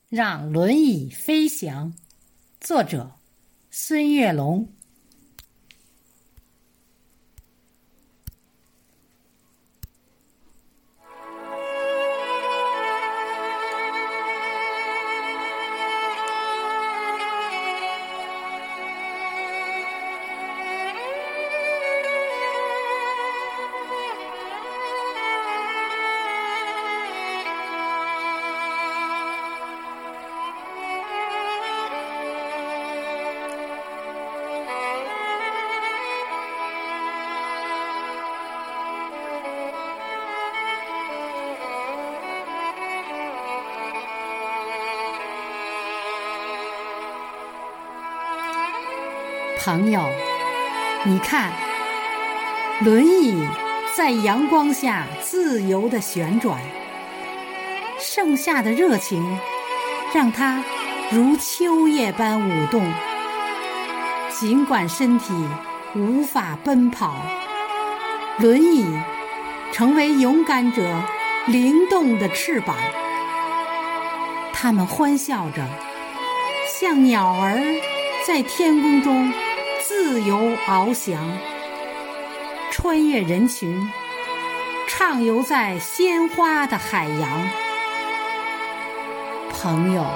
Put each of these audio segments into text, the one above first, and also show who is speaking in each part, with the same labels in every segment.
Speaker 1: 让轮椅飞翔，作者孙月龙。朋友，你看，轮椅在阳光下自由地旋转，盛夏的热情让它如秋叶般舞动。尽管身体无法奔跑，轮椅成为勇敢者灵动的翅膀。它们欢笑着，像鸟儿在天空中自由翱翔，穿越人群，畅游在鲜花的海洋。朋友，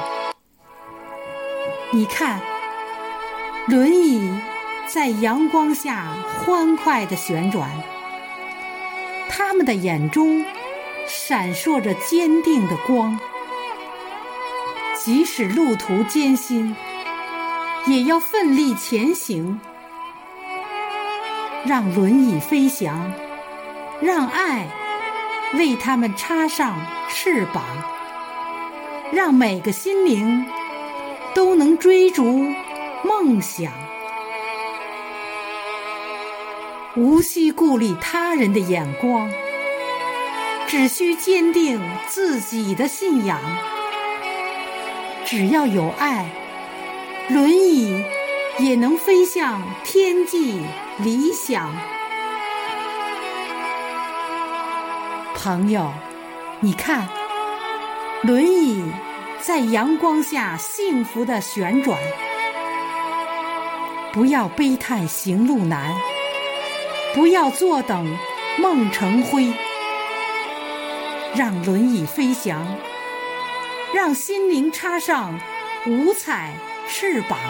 Speaker 1: 你看，轮椅在阳光下欢快地旋转，他们的眼中闪烁着坚定的光，即使路途艰辛，也要奋力前行。让轮椅飞翔，让爱为他们插上翅膀，让每个心灵都能追逐梦想。无需顾虑他人的眼光，只需坚定自己的信仰。只要有爱，轮椅也能飞向天际理想。朋友，你看，轮椅在阳光下幸福地旋转。不要悲叹行路难，不要坐等梦成灰。让轮椅飞翔，让心灵插上五彩翅膀。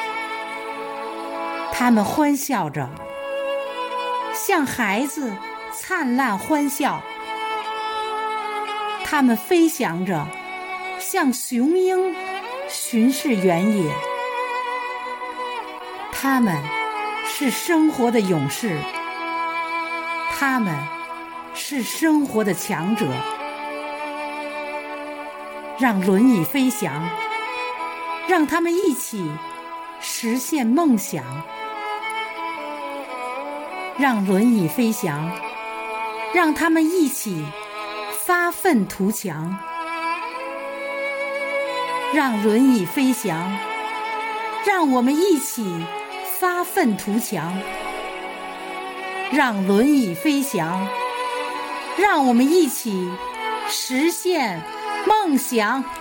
Speaker 1: 他们欢笑着，像孩子灿烂欢笑。他们飞翔着，像雄鹰巡视原野。他们是生活的勇士，他们是生活的强者。让轮椅飞翔，让他们一起实现梦想。让轮椅飞翔，让他们一起发愤图强。让轮椅飞翔，让我们一起发愤图强。让轮椅飞翔，让我们一起实现梦想。